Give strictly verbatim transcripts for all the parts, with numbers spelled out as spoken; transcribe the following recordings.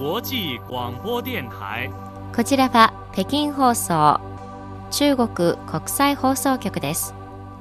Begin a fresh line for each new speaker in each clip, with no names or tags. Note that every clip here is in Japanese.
国際廣播電台。
こちらは北京放送、中国国際放送局です。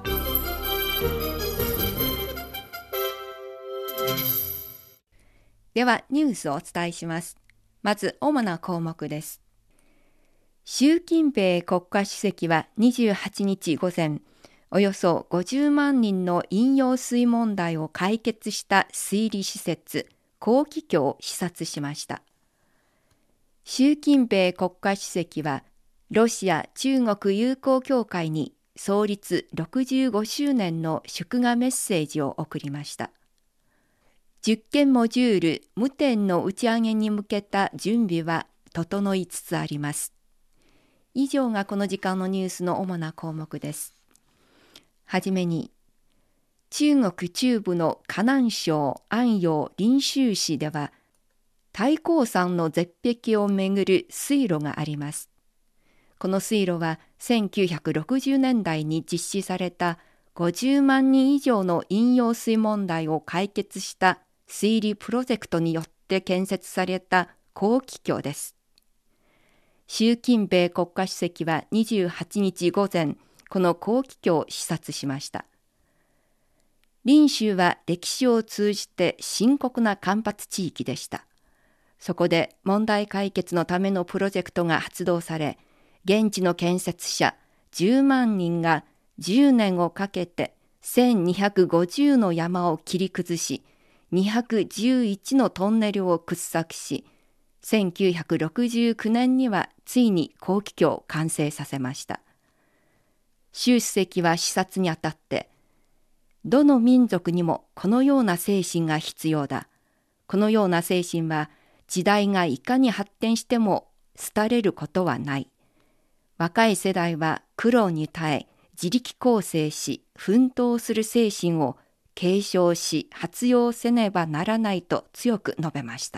ではニュースをお伝えします。まず主な項目です。習近平国家主席はにじゅうはちにち午前、およそごじゅうまんにんの飲用水問題を解決した水利施設、黄岐橋を視察しました。習近平国家主席は、ロシア中国友好協会に創立ろくじゅうごしゅうねんの祝賀メッセージを送りました。じゅっけんモジュール無点の打ち上げに向けた準備は整いつつあります。以上がこの時間のニュースの主な項目です。はじめに、中国中部の河南省安陽臨州市では、太行山の絶壁をめぐる水路があります。この水路はせんきゅうひゃくろくじゅうねんだいに実施されたごじゅうまんにん以上の飲用水問題を解決した水利プロジェクトによって建設された黄岐橋です。習近平国家主席はにじゅうはちにち午前、この黄岐橋を視察しました。臨州は歴史を通じて深刻な干ばつ地域でした。そこで問題解決のためのプロジェクトが発動され、現地の建設者じゅうまんにんがじゅうねんをかけてせんにひゃくごじゅうの山を切り崩し、にひゃくじゅういちのトンネルを掘削し、せんきゅうひゃくろくじゅうきゅうねんにはついに黄岐橋を完成させました。習主席は視察にあたって、どの民族にもこのような精神が必要だ。このような精神は時代がいかに発展しても廃れることはない。若い世代は苦労に耐え、自力更生し、奮闘する精神を継承し、発揚せねばならないと強く述べました。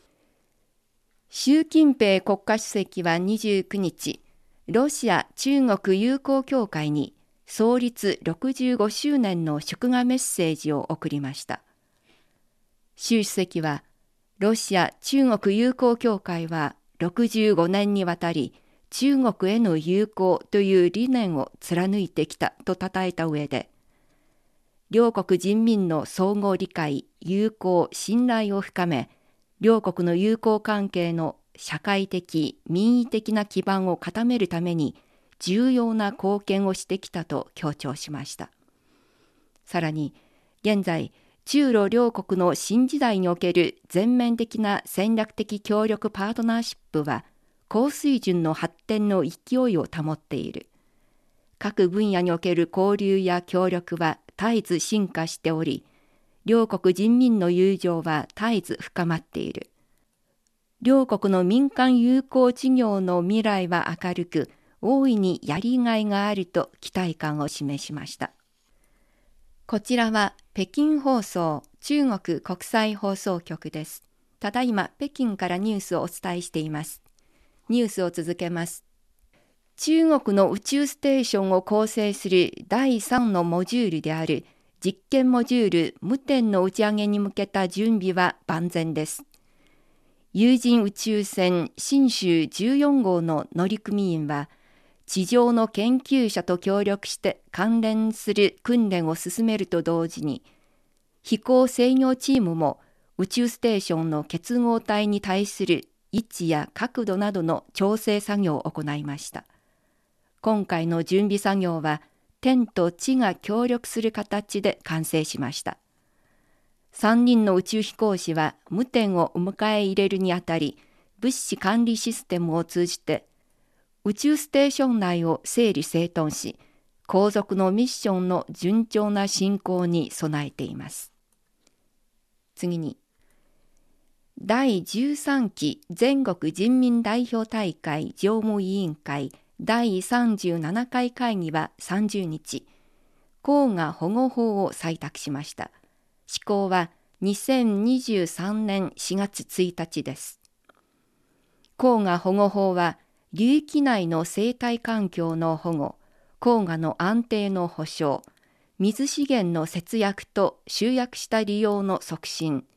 習近平国家主席はにじゅうくにち、ロシア中国友好協会に創立ろくじゅうごしゅうねんの祝賀メッセージを送りました。習主席は、ロシア中国友好協会はろくじゅうごねんにわたり中国への友好という理念を貫いてきたと称えた上で、両国人民の相互理解、友好、信頼を深め、両国の友好関係の社会的、民意的な基盤を固めるために重要な貢献をしてきたと強調しました。さらに、現在、中ロ両国の新時代における全面的な戦略的協力パートナーシップは高水準の発展の勢いを保っている。各分野における交流や協力は絶えず進化しており、両国人民の友情は絶えず深まっている。両国の民間友好事業の未来は明るく、大いにやりがいがあると期待感を示しました。こちらは北京放送中国国際放送局です。ただいま北京からニュースをお伝えしています。ニュースを続けます。中国の宇宙ステーションを構成するだいさんのモジュールである実験モジュール無点の打ち上げに向けた準備は万全です。有人宇宙船神舟じゅうよんごうの乗組員は、地上の研究者と協力して関連する訓練を進めると同時に、飛行制御チームも宇宙ステーションの結合体に対する位置や角度などの調整作業を行いました。今回の準備作業は天と地が協力する形で完成しました。さんにんの宇宙飛行士は無点を迎え入れるにあたり、物資管理システムを通じて宇宙ステーション内を整理整頓し、後続のミッションの順調な進行に備えています。次に、だいじゅうさんき全国人民代表大会常務委員会だいさんじゅうななかい会議はさんじゅうにち、黄河保護法を採択しました。施行はにせんにじゅうさんねんしがつついたちです。黄河保護法は、流域内の生態環境の保護、黄河の安定の保障、水資源の節約と集約した利用の促進、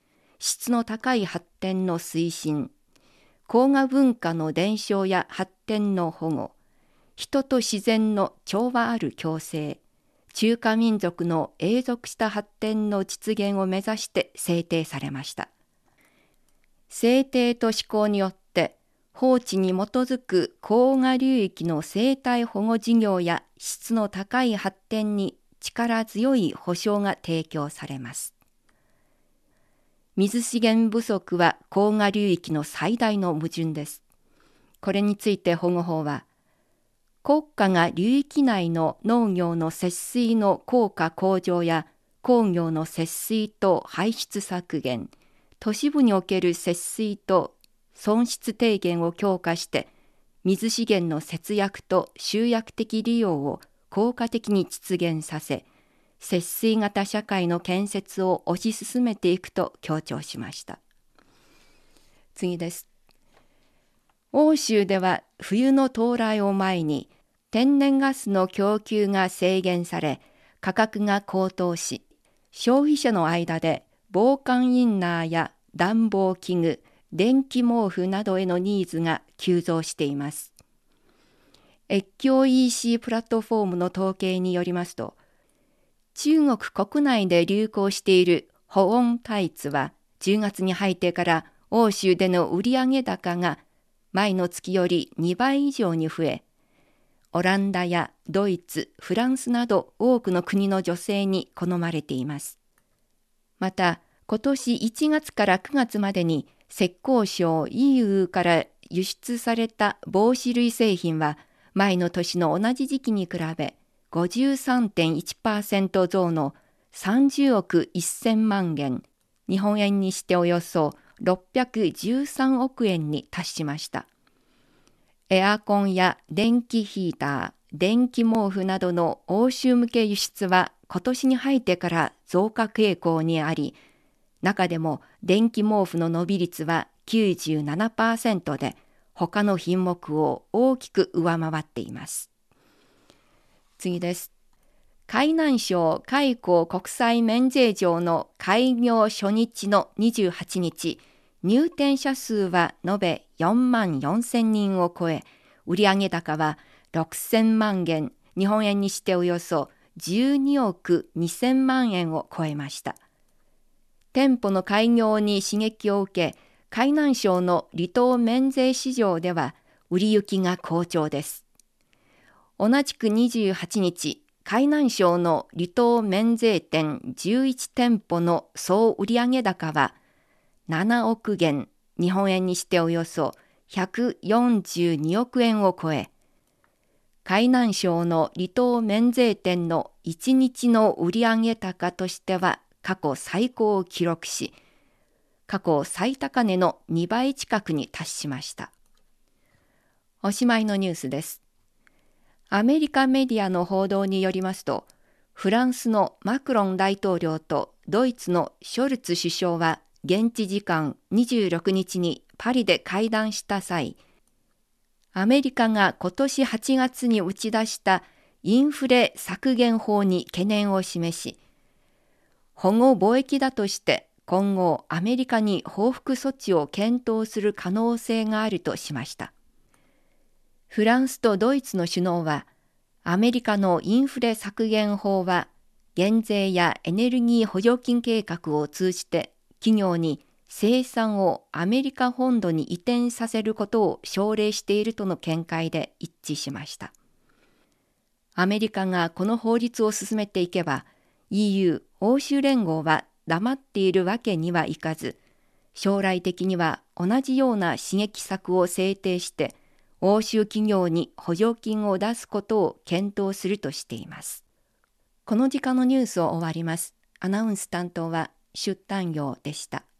質の高い発展の推進、甲賀文化の伝承や発展の保護、人と自然の調和ある共生、中華民族の永続した発展の実現を目指して制定されました。制定と施行によって法治に基づく甲賀流域の生態保護事業や質の高い発展に力強い保障が提供されます。水資源不足は甲賀流域の最大の矛盾です。これについて保護法は、国家が流域内の農業の節水の効果向上や工業の節水と排出削減、都市部における節水と損失低減を強化して水資源の節約と集約的利用を効果的に実現させ、節水型社会の建設を推し進めていくと強調しました。次です。欧州では冬の到来を前に天然ガスの供給が制限され、価格が高騰し、消費者の間で防寒インナーや暖房器具、電気毛布などへのニーズが急増しています。越境 イーシー プラットフォームの統計によりますと、中国国内で流行している保温タイツはじゅうがつに入ってから欧州での売上高が前の月よりにばい以上に増え、オランダやドイツ、フランスなど多くの国の女性に好まれています。また、今年いちがつからくがつまでに浙江省 イーユー から輸出された防止類製品は前の年の同じ時期に比べ ごじゅうさんてんいちパーセント 増のさんじゅうおくせんまんえん、日本円にしておよそろっぴゃくじゅうさんおくえんに達しました。エアコンや電気ヒーター、電気毛布などの欧州向け輸出は今年に入ってから増加傾向にあり、中でも電気毛布の伸び率は きゅうじゅうななパーセント で他の品目を大きく上回っています。次です。海南省海港国際免税場の開業初日のにじゅうはちにち、入店者数は延べよんまんよんせんにんを超え、売上高はろくせんまんえん、日本円にしておよそじゅうにおくにせんまんえんを超えました。店舗の開業に刺激を受け、海南省の離島免税市場では売り行きが好調です。同じくにじゅうはちにち、海南省の離島免税店じゅういちてんぽの総売上高はななおくえん、日本円にしておよそひゃくよんじゅうにおくえんを超え、海南省の離島免税店のいちにちの売上高としては過去最高を記録し、過去最高値のにばい近くに達しました。おしまいのニュースです。アメリカメディアの報道によりますと、フランスのマクロン大統領とドイツのショルツ首相は現地時間にじゅうろくにちにパリで会談した際、アメリカが今年はちがつに打ち出したインフレ削減法に懸念を示し、保護貿易だとして今後アメリカに報復措置を検討する可能性があるとしました。フランスとドイツの首脳は、アメリカのインフレ削減法は減税やエネルギー補助金計画を通じて企業に生産をアメリカ本土に移転させることを奨励しているとの見解で一致しました。アメリカがこの法律を進めていけば、イーユー 欧州連合は黙っているわけにはいかず、将来的には同じような刺激策を制定して、欧州企業に補助金を出すことを検討するとしています。この時間のニュースを終わります。アナウンス担当は出丹陽でした。